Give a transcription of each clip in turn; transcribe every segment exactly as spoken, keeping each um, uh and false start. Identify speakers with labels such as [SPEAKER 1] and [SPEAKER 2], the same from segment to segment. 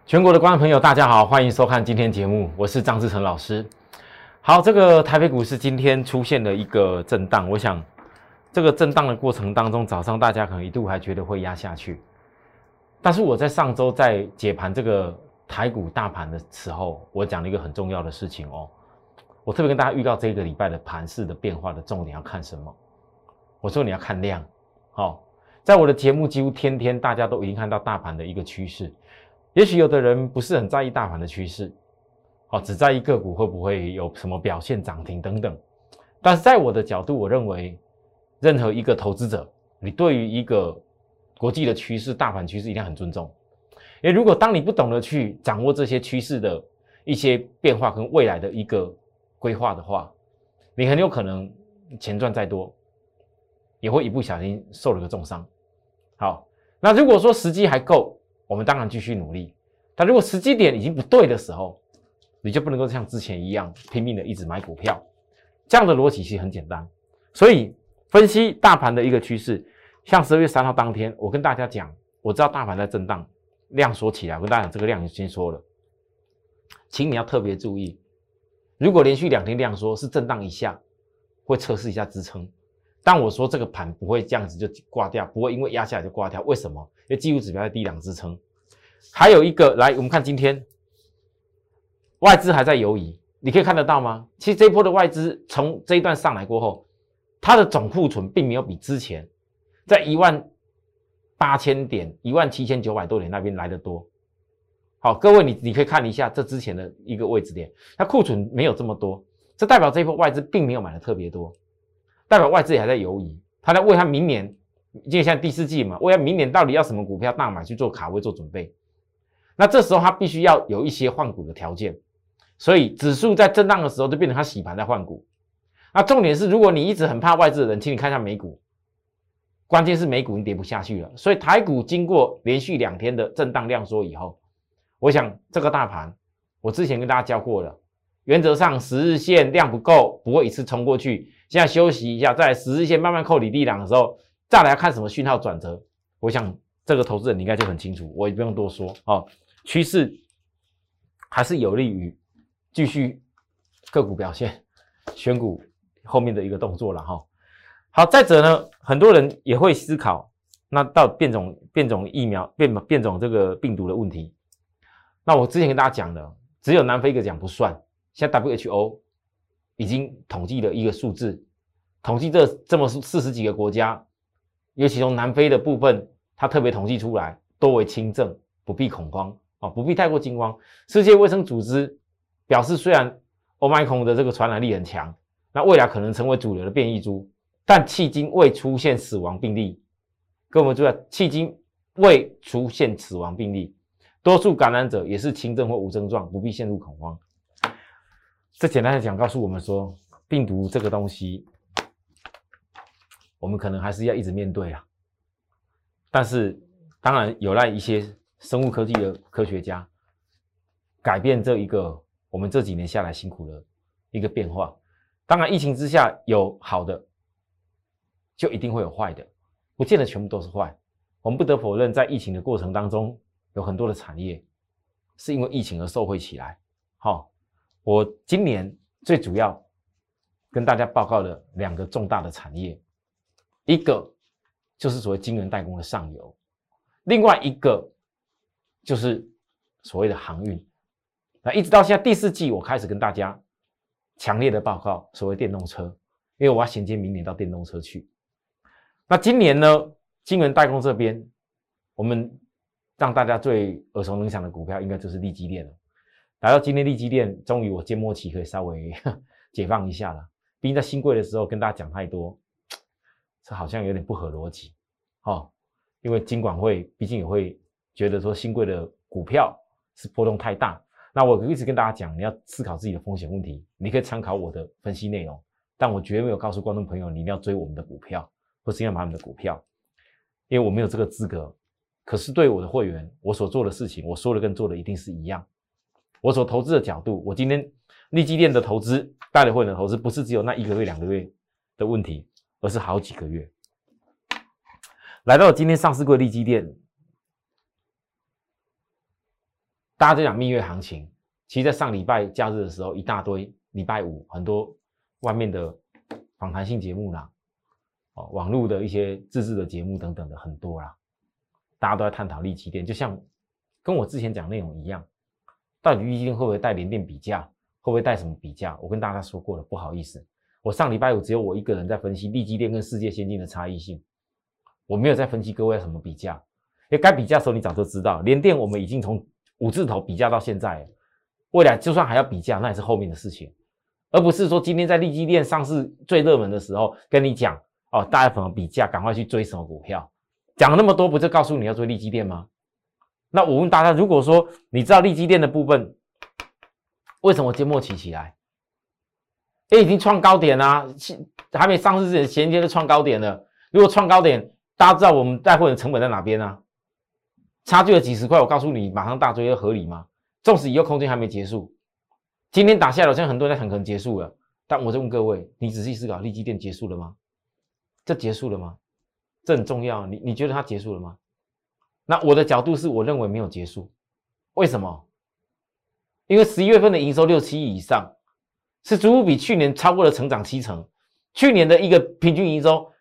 [SPEAKER 1] 全国的观众朋友，大家好，欢迎收看今天节目，我是张志成老师。好，这个台北股市今天出现了一个震荡，我想这个震荡的过程当中，早上大家可能一度还觉得会压下去，但是我在上周在解盘这个台股大盘的时候，我讲了一个很重要的事情哦，我特别跟大家预告这个礼拜的盘势的变化的重点要看什么？我说你要看量，好、哦，在我的节目几乎天天大家都已经看到大盘的一个趋势。也许有的人不是很在意大盘的趋势，哦，只在意个股会不会有什么表现涨停等等。但是在我的角度，我认为任何一个投资者，你对于一个国际的趋势、大盘趋势一定很尊重。因为如果当你不懂得去掌握这些趋势的一些变化跟未来的一个规划的话，你很有可能钱赚再多，也会一不小心受了个重伤。好，那如果说时机还够，我们当然继续努力，但如果时机点已经不对的时候，你就不能够像之前一样拼命的一直买股票。这样的逻辑其实很简单，所以分析大盘的一个趋势，像十二月三号当天，我跟大家讲，我知道大盘在震荡，量缩起来，我跟大家讲这个量已经先说了，请你要特别注意，如果连续两天量缩是震荡一下，会测试一下支撑。但我说这个盘不会这样子就挂掉，不会因为压下来就挂掉。为什么？因为技术指标在低档支撑。还有一个，来我们看今天外资还在游移，你可以看得到吗？其实这一波的外资从这一段上来过后，它的总库存并没有比之前在一万八千点、一万七千九百多点那边来得多。好，各位你你可以看一下这之前的一个位置点，它库存没有这么多，这代表这一波外资并没有买的特别多。代表外资也还在犹疑，他在为他明年，因为现在第四季嘛，为他明年到底要什么股票大买去做卡位做准备。那这时候他必须要有一些换股的条件，所以指数在震荡的时候就变成他洗盘在换股。那重点是，如果你一直很怕外资的人，请你看一下美股，关键是美股已经跌不下去了，所以台股经过连续两天的震荡量缩以后，我想这个大盘，我之前跟大家教过了，原则上十日线量不够，不会一次冲过去。现在休息一下，在十日线慢慢扣底低档的时候，再来看什么讯号转折。我想这个投资人你应该就很清楚，我也不用多说哦。趋势还是有利于继续个股表现、选股后面的一个动作了哈。好，再者呢，很多人也会思考，那到变种变种疫苗、变变种这个病毒的问题。那我之前跟大家讲的，只有南非一个讲不算，现在 W H O。已经统计了一个数字，统计这这么四十几个国家，尤其从南非的部分，它特别统计出来，多为轻症，不必恐慌啊，不必太过惊慌。世界卫生组织表示，虽然 Omicron 的这个传染力很强，那未来可能成为主流的变异株，但迄今未出现死亡病例。各位们注意，迄今未出现死亡病例，多数感染者也是轻症或无症状，不必陷入恐慌。这简单的讲，告诉我们说，病毒这个东西，我们可能还是要一直面对啊。但是，当然有赖一些生物科技的科学家改变这一个我们这几年下来辛苦的一个变化。当然，疫情之下有好的，就一定会有坏的，不见得全部都是坏。我们不得否认，在疫情的过程当中，有很多的产业是因为疫情而受惠起来。好、哦。我今年最主要跟大家报告的两个重大的产业，一个就是所谓晶圆代工的上游，另外一个就是所谓的航运。那一直到现在第四季，我开始跟大家强烈的报告所谓电动车，因为我要衔接明年到电动车去。那今年呢，晶圆代工这边，我们让大家最耳熟能详的股票，应该就是力积电了。来到今天，力积电终于我缄默期可以稍微解放一下了。毕竟在新贵的时候跟大家讲太多，这好像有点不合逻辑哦。因为金管会毕竟也会觉得说新贵的股票是波动太大。那我一直跟大家讲，你要思考自己的风险问题，你可以参考我的分析内容，但我绝对没有告诉观众朋友你一定要追我们的股票，或是要买我们的股票，因为我没有这个资格。可是对我的会员，我所做的事情，我说的跟做的一定是一样。我所投资的角度，我今天力积电的投资，带了会员的投资，不是只有那一个月、两个月的问题，而是好几个月。来到今天上市柜力积电， 大家在讲蜜月行情，其实在上礼拜假日的时候，一大堆礼拜五很多外面的访谈性节目啦，哦，网络的一些自制的节目等等的很多啦，大家都在探讨利基电，就像跟我之前讲内容一样，到底利基电会不会带联电比价，会不会带什么比价？我跟大家说过了，不好意思，我上礼拜五只有我一个人在分析利基电跟世界先进的差异性，我没有在分析各位要什么比价，因为该比价的时候你早就知道，联电我们已经从五字头比价到现在了，未来就算还要比价，那也是后面的事情，而不是说今天在利基电上市最热门的时候跟你讲哦，大家怎么比价，赶快去追什么股票，讲了那么多，不就告诉你要追利基电吗？那我问大家，如果说你知道利基电的部分，为什么缄默期起来？也已经创高点啦、啊，还没上市之前衔接就创高点了。如果创高点，大家知道我们带货的成本在哪边啊？差距了几十块，我告诉你，马上大追，合理吗？纵使以后空间还没结束，今天打下来，现在很多人在很可能结束了。但我在问各位，你仔细思考，利基电结束了吗？这结束了吗？这很重要。你你觉得它结束了吗？那我的角度是我认为没有结束。为什么？因为十一月份的营收六七亿以上，是足足比去年超过了成长七成。去年的一个平均营收，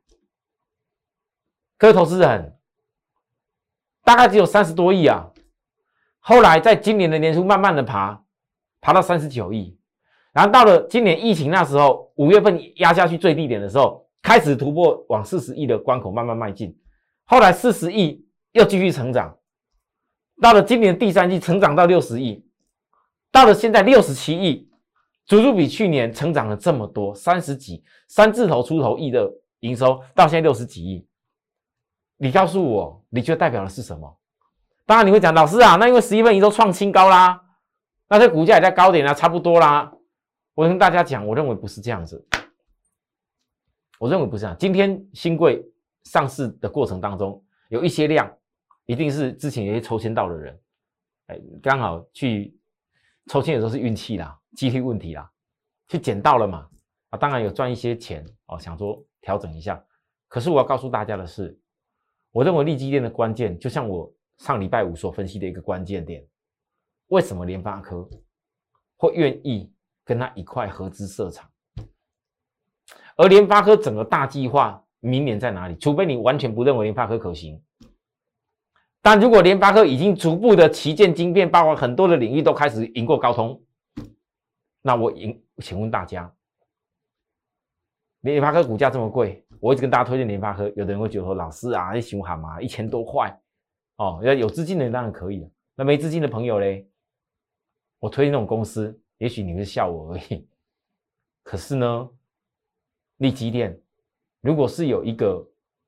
[SPEAKER 1] 各位投资人大概只有三十多亿啊。后来在今年的年初慢慢的爬，爬到三十九亿，然后到了今年疫情那时候，五月份压下去最低点的时候，开始突破往四十亿的关口慢慢迈进。后来四十亿又继续成长，到了今年第三季成长到六十亿，到了现在六十七亿，足足比去年成长了这么多，三十几三字头出头亿的营收，到现在六十几亿。你告诉我，你觉得代表的是什么？当然你会讲，老师啊，那因为十一份营收创新高啦，那这股价也在高点啦，差不多啦。我跟大家讲，我认为不是这样子，我认为不是这样。今天新贵上市的过程当中，有一些量，一定是之前有些抽签到的人，哎，刚好去抽签的时候是运气啦，几率问题啦，去捡到了嘛，啊，当然有赚一些钱哦，想说调整一下。可是我要告诉大家的是，我认为利基电的关键，就像我上礼拜五所分析的一个关键点，为什么联发科会愿意跟他一块合资设厂？而联发科整个大计划明年在哪里？除非你完全不认为联发科可行。但如果联发科已经逐步的旗舰晶片，包括很多的领域都开始赢过高通，那我赢，请问大家，联发科股价这么贵，我一直跟大家推荐联发科，有的人会觉得说，老师啊，你想喊嘛，一千多块哦，有资金的人当然可以了，那没资金的朋友嘞，我推荐那种公司，也许你会笑我而已。可是呢，利基电如果是有一个，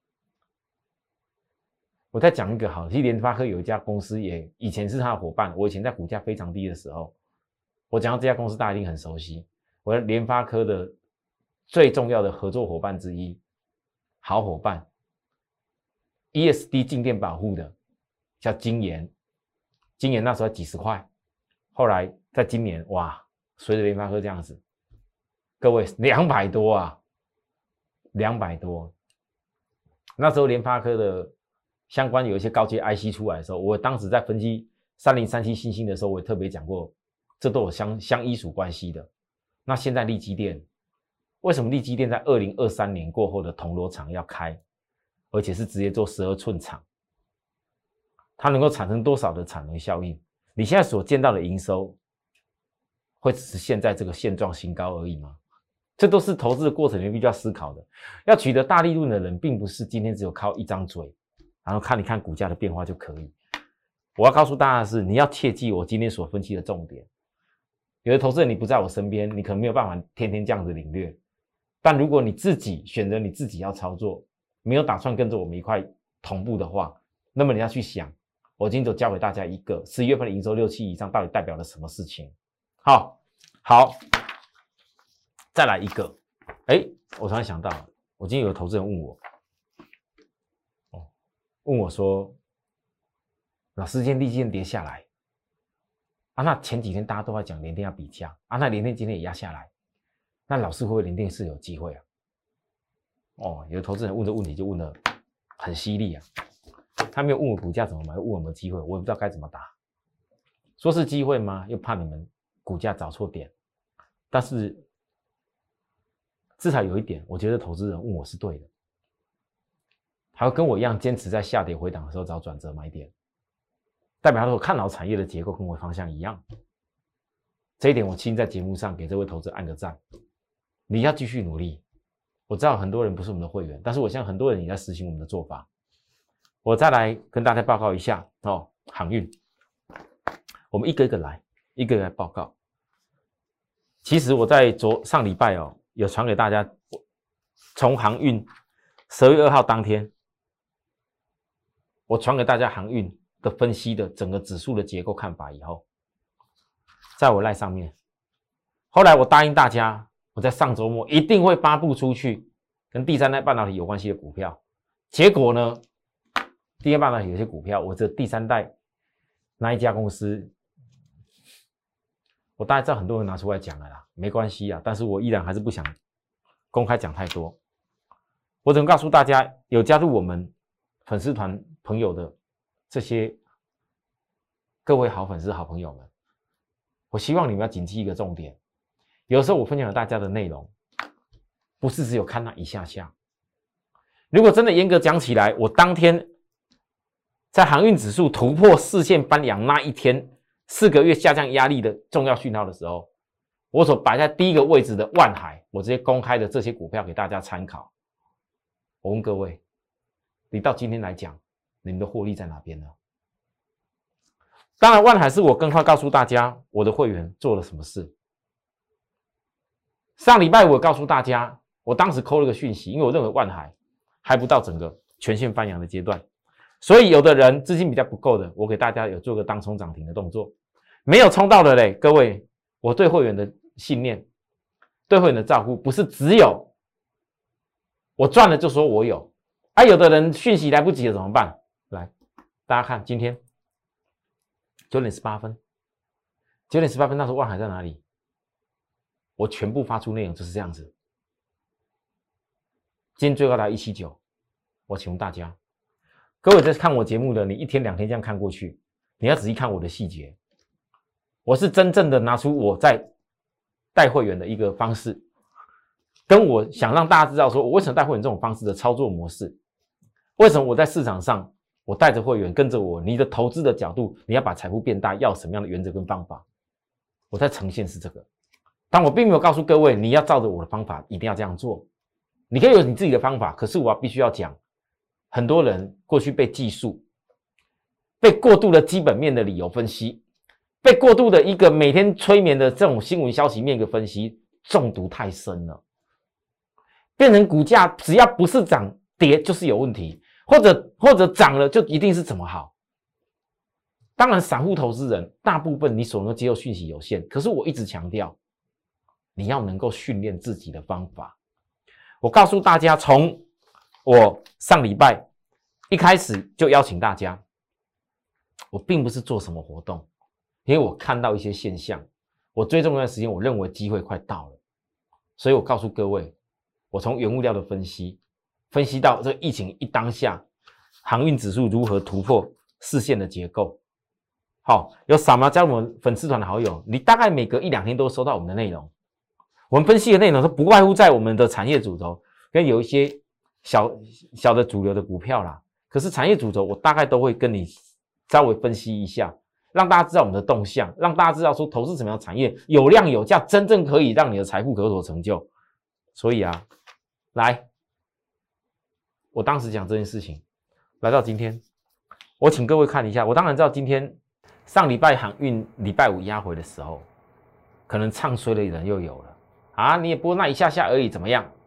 [SPEAKER 1] 我再讲一个好，其实联发科有一家公司也以前是他的伙伴，我以前在股价非常低的时候，我讲到这家公司大家一定很熟悉，我的联发科的最重要的合作伙伴之一，好伙伴 E S D 静电保护的叫晶研，晶研那时候几十块，后来在今年哇，随着联发科这样子，各位两百多啊，两百多。那时候联发科的相关有一些高阶 I C 出来的时候，我当时在分析三零三七新兴的时候，我也特别讲过，这都有相相依属关系的。那现在利基电，为什么利基电在二零二三年过后的铜锣厂要开，而且是直接做十二寸厂？它能够产生多少的产能效应？你现在所见到的营收，会只是现在这个现状新高而已吗？这都是投资的过程里面必须要思考的。要取得大利润的人，并不是今天只有靠一张嘴，然后看你看股价的变化就可以。我要告诉大家的是，你要切记我今天所分析的重点。有的投资人你不在我身边，你可能没有办法天天这样子领略。但如果你自己选择你自己要操作，没有打算跟着我们一块同步的话，那么你要去想，我今天就教给大家一个十一月份的营收六七以上到底代表了什么事情。好，好，再来一个。哎，我突然想到了，我今天有个投资人问我，哦，问我说，老师，今天利基电跌下来啊，那前几天大家都在讲联电要比价啊，那联电今天也压下来，那老师会不会联电是有机会啊？哦，有的投资人问这问题就问得很犀利啊，他没有问我股价怎么买，问我有没有机会，我也不知道该怎么答。 说是机会吗？又怕你们股价找错点。但是至少有一点，我觉得投资人问我是对的，还会跟我一样坚持在下跌回档的时候找转折买点，代表他说看好产业的结构跟我方向一样。这一点我亲在节目上给这位投资人按个赞。你要继续努力。我知道很多人不是我们的会员，但是我相信很多人也在实行我们的做法。我再来跟大家报告一下哦，航运，我们一个一个来，一个一个来报告。其实我在昨上礼拜哦，有传给大家，从航运十二月二号当天，我传给大家航运的分析的整个指数的结构看法以后，在我 LINE 上面，后来我答应大家，我在上周末一定会发布出去跟第三代半导体有关系的股票。结果呢，第三代半导体有些股票，我这第三代那一家公司，我大概知道很多人拿出来讲了啦，没关系啊，但是我依然还是不想公开讲太多。我只能告诉大家，有加入我们粉丝团朋友的这些各位好粉丝、好朋友们，我希望你们要谨记一个重点：有时候我分享给大家的内容，不是只有看那一下下。如果真的严格讲起来，我当天在航运指数突破四线翻阳那一天，四个月下降压力的重要讯号的时候，我所摆在第一个位置的万海，我直接公开的这些股票给大家参考。我问各位，你到今天来讲，你们的获利在哪边呢？当然，万海是我更快告诉大家我的会员做了什么事。上礼拜我告诉大家，我当时扣了个讯息，因为我认为万海还不到整个全线翻扬的阶段。所以有的人资金比较不够的，我给大家有做个当冲涨停的动作。没有冲到的嘞，各位，我对会员的信念，对会员的照顾，不是只有我赚了就说我有。啊，有的人讯息来不及了怎么办？来，大家看今天九点十八分，九点十八分那时候万海在哪里？我全部发出内容就是这样子。今天最高达一七九，我请问大家，各位在看我节目的，你一天两天这样看过去，你要仔细看我的细节。我是真正的拿出我在带会员的一个方式，跟我想让大家知道说我为什么带会员这种方式的操作模式，为什么我在市场上我带着会员跟着我，你的投资的角度，你要把财富变大，要什么样的原则跟方法，我在呈现是这个。但我并没有告诉各位你要照着我的方法一定要这样做，你可以有你自己的方法，可是我要必须要讲，很多人过去被技术，被过度的基本面的理由分析，被过度的一个每天催眠的这种新闻消息面的分析中毒太深了，变成股价只要不是涨跌就是有问题，或者或者涨了就一定是怎么好。当然散户投资人大部分你所能接受讯息有限，可是我一直强调你要能够训练自己的方法。我告诉大家，从我上礼拜一开始就邀请大家，我并不是做什么活动，因为我看到一些现象，我追踪一段时间，我认为机会快到了，所以我告诉各位，我从原物料的分析，分析到这个疫情一当下，航运指数如何突破四线的结构。好，有扫描加入我们粉丝团的好友，你大概每隔一两天都收到我们的内容。我们分析的内容都不外乎在我们的产业主轴跟有一些小小的主流的股票啦，可是产业主轴我大概都会跟你稍微分析一下，让大家知道我们的动向，让大家知道说投资什么样的产业有量有价，真正可以让你的财富有所成就。所以啊，来，我当时讲这件事情，来到今天，我请各位看一下。我当然知道今天上礼拜航运礼拜五压回的时候，可能唱衰的人又有了。啊，你也不过那一下下而已，怎么样？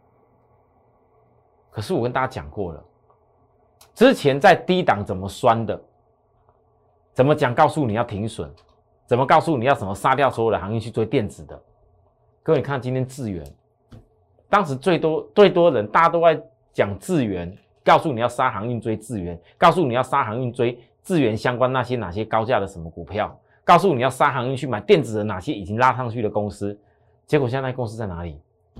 [SPEAKER 1] 可是我跟大家讲过了，之前在低档怎么酸的，怎么讲告诉你要停损，怎么告诉你要什么杀掉所有的航运去追电子的。各位你看今天智原，当时最多最多人大家都在讲智原，告诉你要杀航运追智原，告诉你要杀航运追智原相关那些哪些高价的什么股票，告诉你要杀航运去买电子的哪些已经拉上去的公司。结果现在公司在哪里？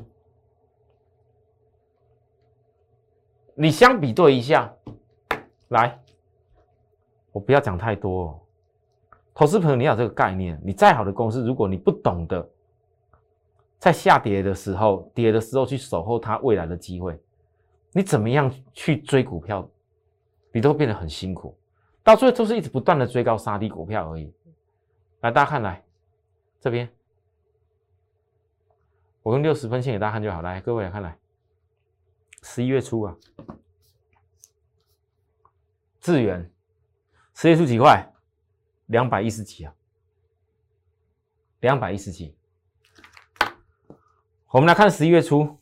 [SPEAKER 1] 你相比对一下，来，我不要讲太多哦。 投资朋友，你要有这个概念，你再好的公司，如果你不懂得在下跌的时候、跌的时候去守候它未来的机会，你怎么样去追股票，你都会变得很辛苦，到最后都是一直不断的追高杀低股票而已。来，大家看来这边，我用六十分线给大家看就好。来，各位来看来，十一月初啊，智原十月初几块？两百一十几啊，两百一十几。我们来看十一月初，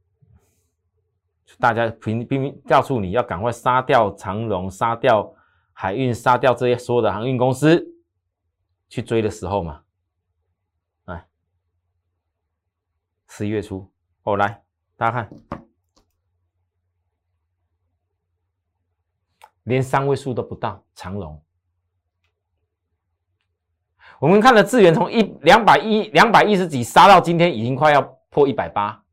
[SPEAKER 1] 大家拼拼命告诉你要赶快杀掉长荣、杀掉海运、杀掉这些所有的航运公司，去追的时候嘛。来，十一月初，哦，来大家看，连三位数都不到，长荣。我们看了智原从一两百一两百一十几杀到今天已经快要破一百八。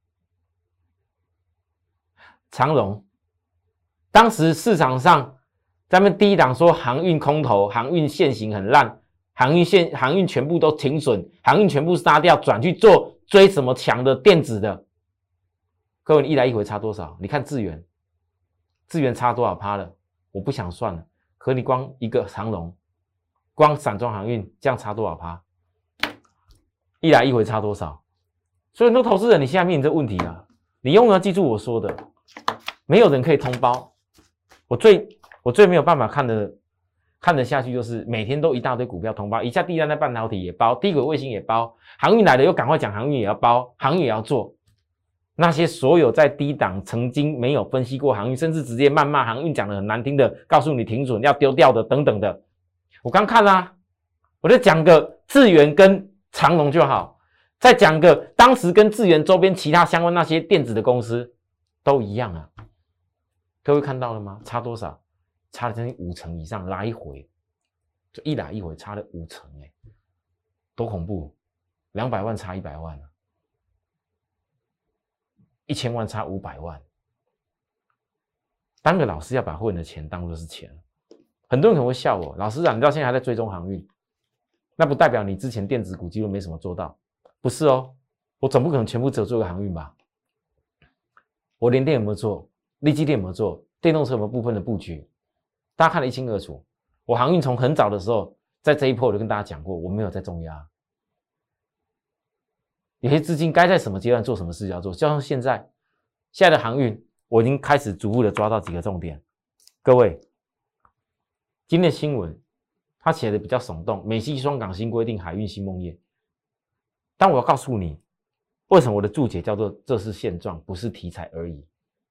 [SPEAKER 1] 长荣，当时市场上咱们第一档说航运空头，航运现行很烂，航运现航运全部都停损，航运全部杀掉，转去做追什么强的电子的。各位，你一来一回差多少？你看智原，智原差多少趴了？我不想算了，可你光一个长荣。光散装航运这样差多少趴？一来一回差多少？所以很多投资人，你现在面临这个问题啊，你永远要记住我说的，没有人可以通包。我最我最没有办法看的看得下去，就是每天都一大堆股票通包，一下第三代半导体也包，低轨卫星也包，航运来了又赶快讲航运也要包，航运也要做。那些所有在低档曾经没有分析过航运，甚至直接谩骂航运讲的很难听的，告诉你停损要丢掉的等等的。我刚看啦、啊，我就讲个智原跟长荣就好，再讲个当时跟智原周边其他相关那些电子的公司都一样啊。各位看到了吗？差多少？差了将近五成以上，来回就一来一回差了五成，哎，多恐怖！两百万差一百万啊，一千万差五百万。当个老师要把会员的钱当作是钱。很多人可能会笑我，老师啊，你到现在还在追踪航运，那不代表你之前电子股几乎没什么做到，不是哦，我总不可能全部只有做个航运吧？我联电有没有做？力积电有没有做？电动车有没有部分的布局？大家看得一清二楚。我航运从很早的时候，在这一波我就跟大家讲过，我没有在重压，有些资金该在什么阶段做什么事要做，就像现在，现在的航运我已经开始逐步的抓到几个重点，各位。今天的新闻，它写的比较耸动，美西双港新规定海运新梦魇。但我要告诉你，为什么我的注解叫做这是现状，不是题材而已。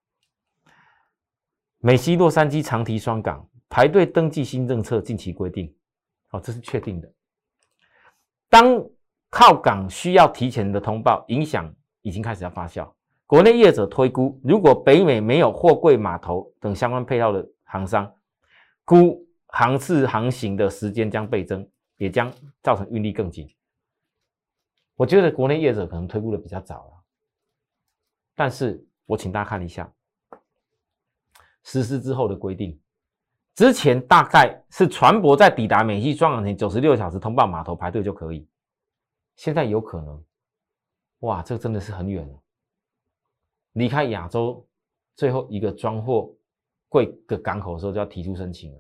[SPEAKER 1] 美西洛杉矶长堤双港排队登记新政策近期规定，哦，这是确定的。当靠港需要提前的通报，影响已经开始要发酵。国内业者推估，如果北美没有货柜码头等相关配套的航商，估航次航行的时间将倍增，也将造成运力更紧。我觉得国内业者可能推估的比较早了，但是我请大家看一下实施之后的规定。之前大概是船舶在抵达美西双港前九十六小时通报码头排队就可以，现在有可能，哇，这真的是很远了。离开亚洲最后一个装货柜的港口的时候就要提出申请了。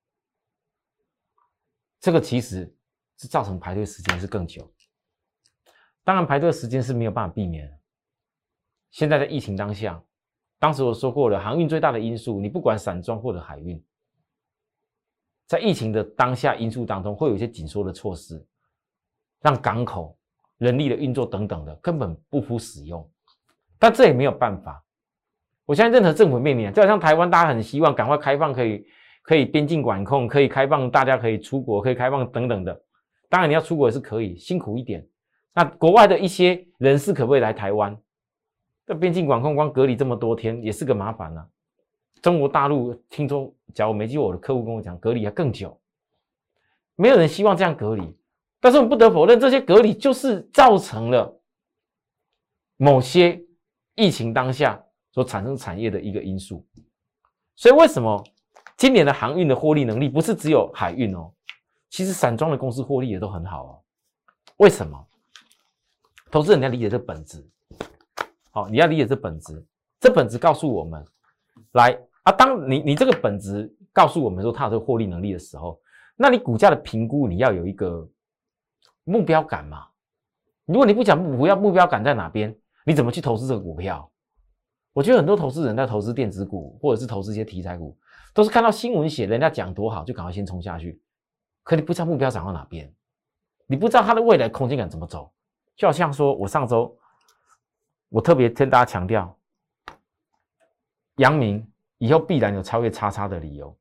[SPEAKER 1] 这个其实是造成排队时间是更久，当然排队时间是没有办法避免的。现在在疫情当下，当时我说过了，航运最大的因素，你不管散装或者海运，在疫情的当下因素当中，会有一些紧缩的措施，让港口人力的运作等等的根本不敷使用。但这也没有办法，我相信任何政府面临，就好像台湾，大家很希望赶快开放，可以。可以边境管控，可以开放，大家可以出国，可以开放等等的。当然你要出国也是可以，辛苦一点。那国外的一些人士可不可以来台湾？这边境管控光隔离这么多天也是个麻烦啊。中国大陆听说，假如我没记错，我的客户跟我讲，隔离还更久。没有人希望这样隔离，但是我们不得否认，这些隔离就是造成了某些疫情当下所产生产业的一个因素。所以为什么今年的航运的获利能力不是只有海运哦， 其实散装的公司获利也都很好哦。为什么？投资人你要理解这本质，好、哦，你要理解这本质，这本质告诉我们，来啊，当你你这个本质告诉我们说它有这个获利能力的时候，那你股价的评估你要有一个目标感嘛。如果你不讲目标目标感在哪边，你怎么去投资这个股票？我觉得很多投资人在投资电子股或者是投资一些题材股，都是看到新闻写人家讲多好，就赶快先冲下去。可你不知道目标涨到哪边，你不知道它的未来空间感怎么走。就好像说我上周我特别跟大家强调，阳明以后必然有超越叉叉的理由。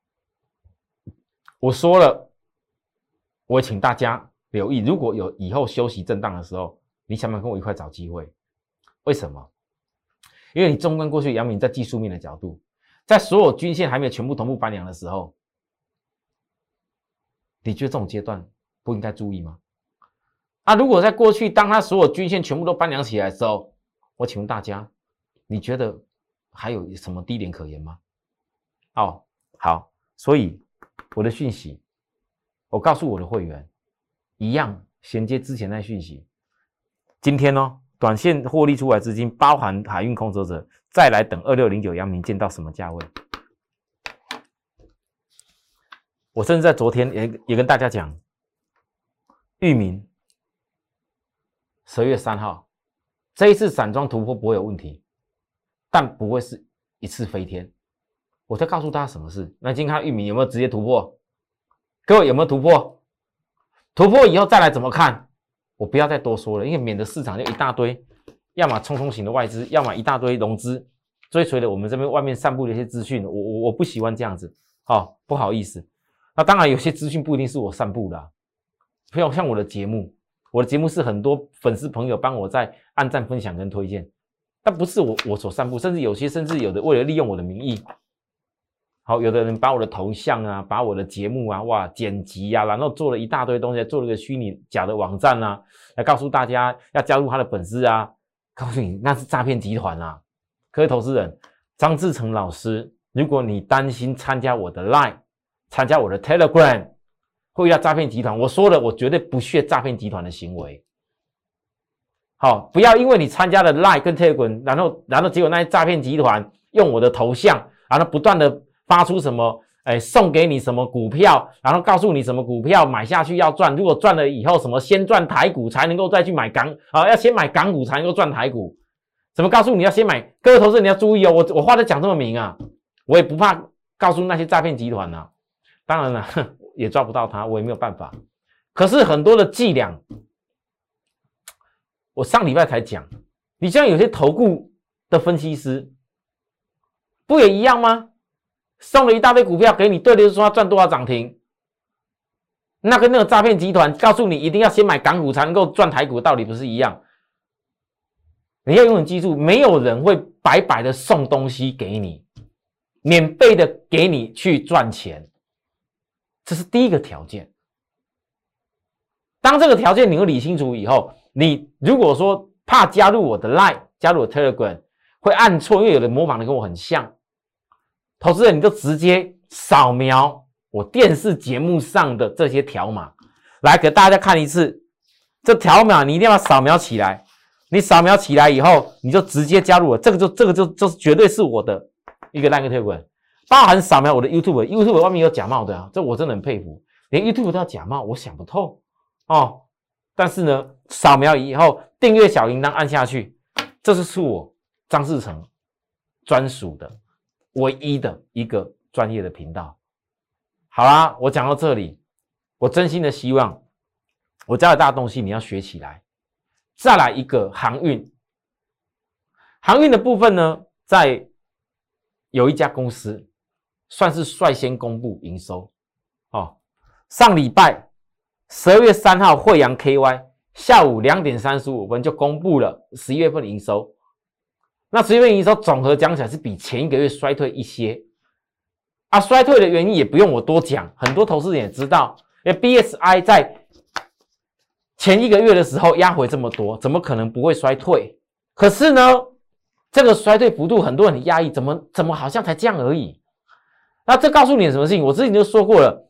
[SPEAKER 1] 我说了，我请大家留意，如果有以后休息震荡的时候，你想不想跟我一块找机会？为什么？因为你纵观过去阳明在技术面的角度，在所有均线还没有全部同步翻扬的时候，你觉得这种阶段不应该注意吗？啊，如果在过去当它所有均线全部都翻扬起来的时候，我请问大家，你觉得还有什么低点可言吗？哦，好，所以我的讯息，我告诉我的会员，一样衔接之前那讯息。今天呢，短线获利出来资金，包含海运空手者，再来等二六零九阳明见到什么价位？我甚至在昨天也也跟大家讲，裕民十二月三号这一次散装突破不会有问题，但不会是一次飞天。我在告诉大家什么事。那今天看裕民有没有直接突破？各位有没有突破？突破以后再来怎么看？我不要再多说了，因为免得市场就一大堆，要么冲冲型的外资，要么一大堆融资追随了我们这边外面散布的一些资讯。我我我不喜欢这样子，哦，不好意思。那当然有些资讯不一定是我散布的、啊，不要像我的节目，我的节目是很多粉丝朋友帮我在按赞分享跟推荐，但不是我我所散布，甚至有些甚至有的为了利用我的名义，好，有的人把我的头像啊，把我的节目啊，哇，剪辑啊，然后做了一大堆东西，做了一个虚拟假的网站啊，来告诉大家要加入他的粉丝啊，告诉你那是诈骗集团啊。各位投资人，张志成老师，如果你担心参加我的 Line， 参加我的 Telegram 会遇到诈骗集团，我说了，我绝对不屑诈骗集团的行为。好，不要因为你参加了 Line 跟 Telegram， 然后然后结果那些诈骗集团用我的头像，然后不断的发出什么，哎，送给你什么股票，然后告诉你什么股票买下去要赚，如果赚了以后什么先赚台股才能够再去买港，啊，要先买港股才能够赚台股，怎么告诉你要先买？各位投资人你要注意哦，我我话都讲这么明啊，我也不怕告诉那些诈骗集团啊，当然了，也抓不到他，我也没有办法。可是很多的伎俩，我上礼拜才讲，你像有些投顾的分析师，不也一样吗？送了一大堆股票给你，对的就说他赚多少涨停，那跟那个诈骗集团告诉你一定要先买港股才能够赚台股，道理不是一样？你要永远记住，没有人会白白的送东西给你，免费的给你去赚钱，这是第一个条件。当这个条件你会理清楚以后，你如果说怕加入我的 Line， 加入我的 Telegram 会按错，因为有人模仿的跟我很像，投资人你就直接扫描我电视节目上的这些条码，来给大家看一次。这条码你一定要扫描起来，你扫描起来以后，你就直接加入我，这个就这个就就是绝对是我的一个 Line 跟 Telegram， 包含扫描我的 YouTube，YouTube 外面有假冒的啊，这我真的很佩服，连 YouTube 都要假冒，我想不透哦。但是呢，扫描以后订阅小铃铛按下去，这就是我张志成专属的唯一的一个专业的频道。好啦，我讲到这里，我真心的希望我教的大东西你要学起来。再来一个航运，航运的部分呢，在有一家公司算是率先公布营收哦。上礼拜十二月三号，惠阳 K Y 下午两点三十五分就公布了十一月份的营收。那十一月份营收总和讲起来是比前一个月衰退一些啊，衰退的原因也不用我多讲，很多投资人也知道，因为 B S I 在前一个月的时候压回这么多，怎么可能不会衰退？可是呢，这个衰退幅度很多人很压抑，怎么怎么好像才这样而已？那这告诉你什么事情？我之前就说过了，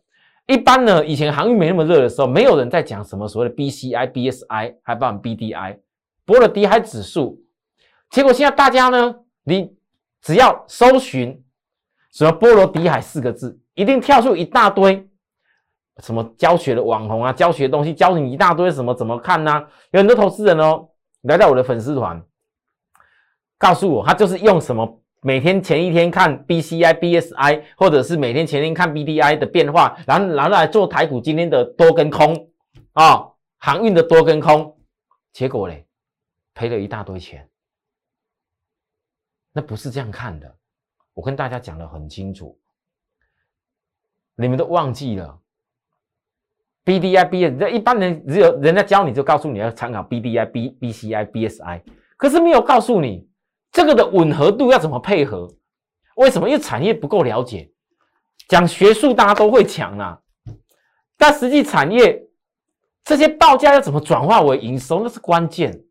[SPEAKER 1] 一般呢，以前航运没那么热的时候，没有人在讲什么所谓的 B C I、B S I， 还包含 B D I， 波罗的海指数。结果现在大家呢，你只要搜寻什么波罗的海四个字，一定跳出一大堆什么教学的网红啊，教学的东西，教你一大堆什么怎么看啊。有很多投资人哦，来到我的粉丝团，告诉我他就是用什么。每天前一天看 B C I、B S I， 或者是每天前一天看 B D I 的变化，然后然后来做台股今天的多跟空啊、哦，航运的多跟空，结果嘞赔了一大堆钱。那不是这样看的，我跟大家讲得很清楚，你们都忘记了 B D I、B S I， 一般人只有人家教你就告诉你要参考 B D I、B B C I、B S I， 可是没有告诉你。这个的吻合度要怎么配合？为什么？因为产业不够了解，讲学术大家都会讲啦、啊，但实际产业这些报价要怎么转化为营收，那是关键。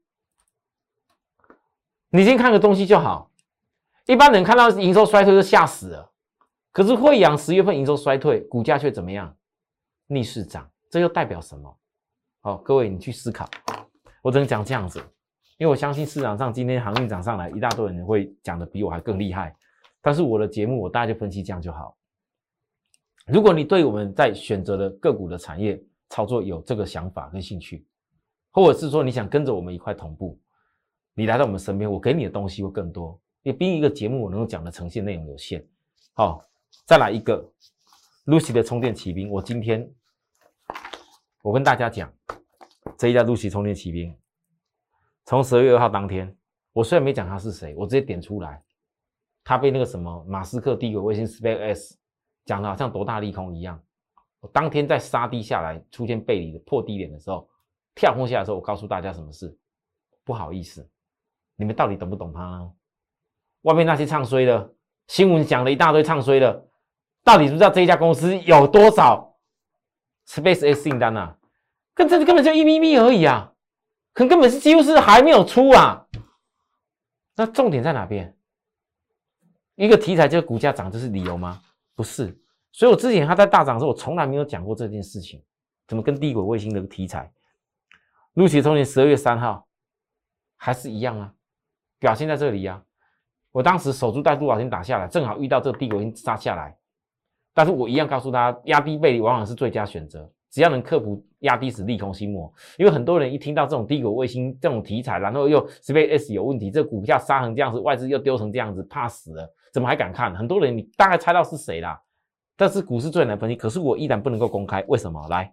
[SPEAKER 1] 你先看个东西就好，一般人看到营收衰退就吓死了，可是慧洋十月份营收衰退，股价却怎么样？逆势涨，这又代表什么？好，各位你去思考，我只能讲这样子。因为我相信市场上今天航运涨上来，一大堆人会讲的比我还更厉害。但是我的节目我大家就分析这样就好。如果你对我们在选择的个股的产业操作有这个想法跟兴趣，或者是说你想跟着我们一块同步，你来到我们身边，我给你的东西会更多。因为毕竟一个节目我能够讲的呈现内容有限。好，再来一个 Lucy 的充电骑兵。我今天我跟大家讲这一家 Lucy 充电骑兵。从十二月二号当天，我虽然没讲他是谁，我直接点出来，他被那个什么马斯克低轨卫星 SpaceX 讲的好像多大利空一样。我当天在杀低下来，出现背离的破低点的时候，跳空下来的时候，我告诉大家什么事？不好意思，你们到底懂不懂他呢？外面那些唱衰的新闻讲了一大堆唱衰的，到底知不知道这一家公司有多少 SpaceX 订单啊？跟这根本就一咪咪而已啊！可根本是几乎是还没有出啊，那重点在哪边？一个题材这个股价涨，这是理由吗？不是。所以我之前它在大涨的时候，我从来没有讲过这件事情。怎么跟低轨卫星的题材？陆奇充电十二月三号还是一样啊，表现在这里啊。我当时守株待兔，把钱打下来，正好遇到这个低轨卫星杀下来，但是我一样告诉大家，压低背离往往是最佳选择。只要能克服压低时利空心魔，因为很多人一听到这种低轨卫星这种题材，然后又 SpaceX 有问题，这股价杀成这样子，外资又丢成这样子，怕死了，怎么还敢看？很多人你大概猜到是谁啦，但是股市最难分析，可是我依然不能够公开，为什么？来，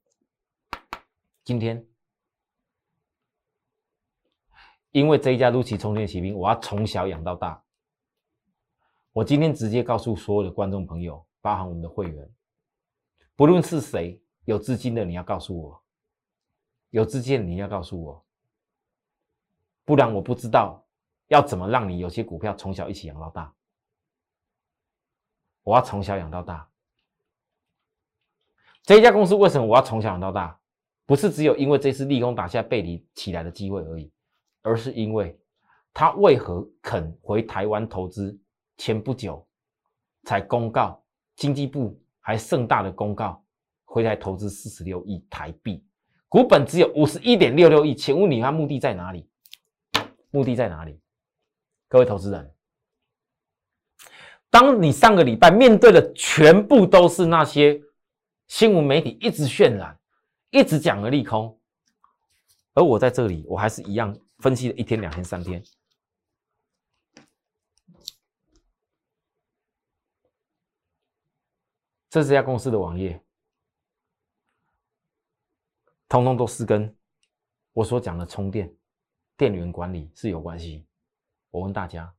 [SPEAKER 1] 今天因为这一家 Lucy 充电骑兵，我要从小养到大，我今天直接告诉所有的观众朋友，包含我们的会员，不论是谁。有资金的你要告诉我，有资金的你要告诉我，不然我不知道要怎么让你有些股票从小一起养到大。我要从小养到大。这一家公司为什么我要从小养到大？不是只有因为这次利空打下背离起来的机会而已，而是因为他为何肯回台湾投资，前不久才公告，经济部还盛大的公告。回来投资四十六亿台币，股本只有 五十一点六六亿，请问你他目的在哪里？目的在哪里？各位投资人，当你上个礼拜面对的全部都是那些新闻媒体一直渲染，一直讲的利空，而我在这里，我还是一样分析了一天、两天、三天。这是这家公司的网页。通通都是跟我所讲的充电、电源管理是有关系。我问大家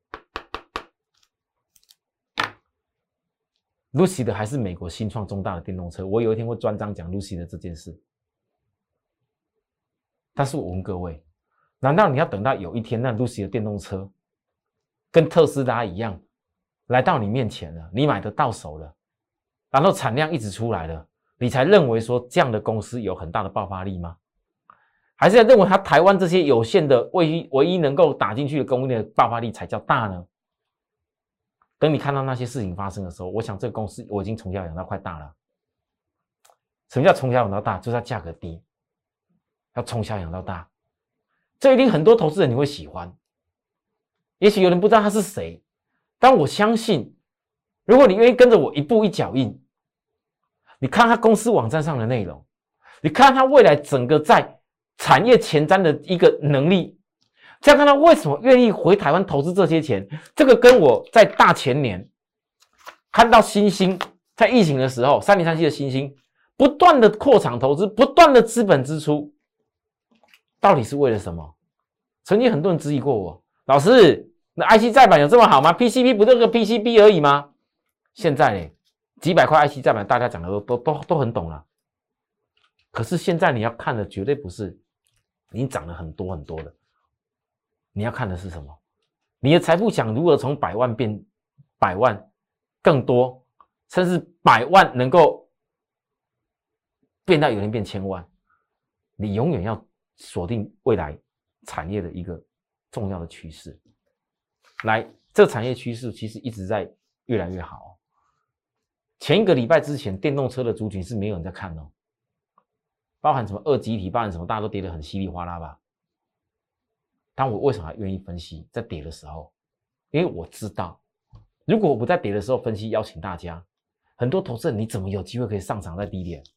[SPEAKER 1] ，Lucy 的还是美国新创中大的电动车？我有一天会专章讲 Lucy 的这件事。但是我问各位，难道你要等到有一天那 Lucy 的电动车跟特斯拉一样来到你面前了，你买得到手了，然后产量一直出来了？你才认为说这样的公司有很大的爆发力吗？还是要认为它台湾这些有限的唯一唯一能够打进去的供应链的爆发力才叫大呢？等你看到那些事情发生的时候，我想这个公司我已经从小养到快大了。 什么叫从小养到大？就是它价格低，要从小养到大。这一定很多投资人你会喜欢。也许有人不知道他是谁，但我相信，如果你愿意跟着我一步一脚印，你看他公司网站上的内容，你看他未来整个在产业前瞻的一个能力，再看他为什么愿意回台湾投资这些钱，这个跟我在大前年看到新兴在疫情的时候，三零三七的新兴不断的扩厂投资，不断的资本支出，到底是为了什么？曾经很多人质疑过我，老师，那 I C 载板有这么好吗 ？P C B 不就是个 P C B 而已吗？现在呢，几百块 I C 载板，大家讲的都都都都很懂了。可是现在你要看的绝对不是你涨了很多很多的，你要看的是什么？你的财富想如何从百万变百万更多，甚至百万能够变到有人变千万，你永远要锁定未来产业的一个重要的趋势。来，这产业趋势其实一直在越来越好。前一个礼拜之前，电动车的族群是没有人在看哦，包含什么二极体，包含什么，大家都跌得很稀里哗啦吧。但我为什么还愿意分析在跌的时候？因为我知道，如果我不在跌的时候分析，邀请大家，很多投资人你怎么有机会可以上场在低点？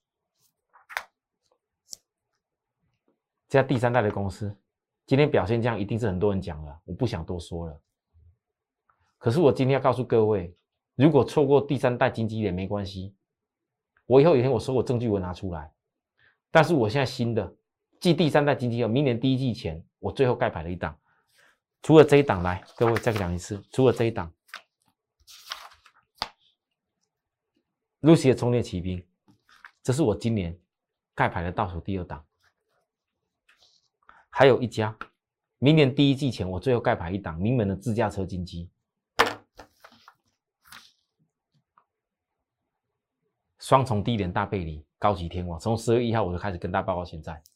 [SPEAKER 1] 这家第三代的公司今天表现这样，一定是很多人讲了，我不想多说了。可是我今天要告诉各位，如果错过第三代金鸡联没关系，我以后有一天我说我证据我拿出来。但是我现在新的继第三代金鸡联，明年第一季前我最后盖牌的一档，除了这一档，来各位再讲一次，除了这一档 Lucy 的充电骑兵，这是我今年盖牌的倒数第二档。还有一家，明年第一季前我最后盖牌一档，名门的自驾车金鸡，双重低点大背离，高级天王，从十月一号我就开始跟大家报告，现在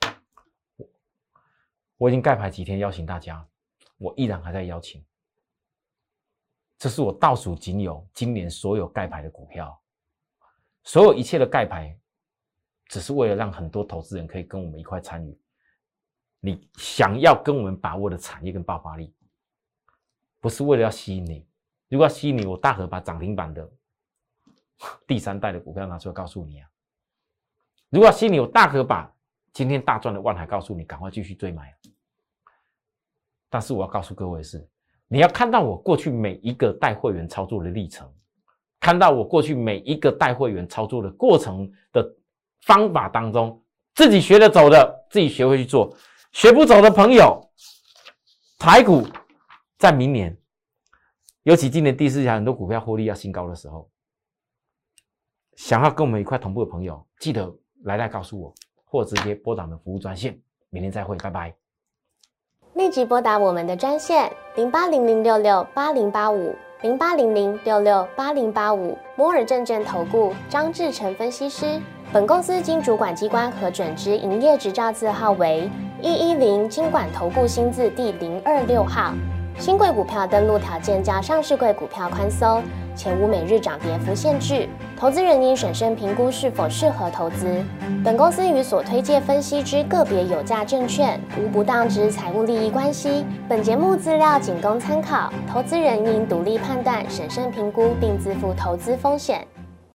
[SPEAKER 1] 我已经盖牌几天，邀请大家，我依然还在邀请。这是我倒数仅有今年所有盖牌的股票，所有一切的盖牌，只是为了让很多投资人可以跟我们一块参与。你想要跟我们把握的产业跟爆发力，不是为了要吸引你。如果要吸引你，我大可把涨停板的第三代的股票拿出来告诉你啊。如果要吸引你，我大可把今天大赚的万海告诉你，赶快继续追买。但是我要告诉各位的是，你要看到我过去每一个带会员操作的历程，看到我过去每一个带会员操作的过程的方法当中，自己学得走的，自己学会去做。学不走的朋友，台股在明年，尤其今年第四季很多股票获利要新高的时候，想要跟我们一块同步的朋友，记得来来告诉我，或直接拨打我们服务专线。明天再会，拜拜。
[SPEAKER 2] 立即拨打我们的专线零八零零六六八零八五零八零零六六八零八五摩尔证券投顾张志成分析师。本公司经主管机关核准之营业执照字号为一一零金管投顾新字第零二六号。新贵股票登录条件较上市贵股票宽松，且无每日涨跌幅限制。投资人应审慎评估是否适合投资。本公司与所推介分析之个别有价证券无不当之财务利益关系。本节目资料仅供参考，投资人应独立判断、审慎评估并自负投资风险。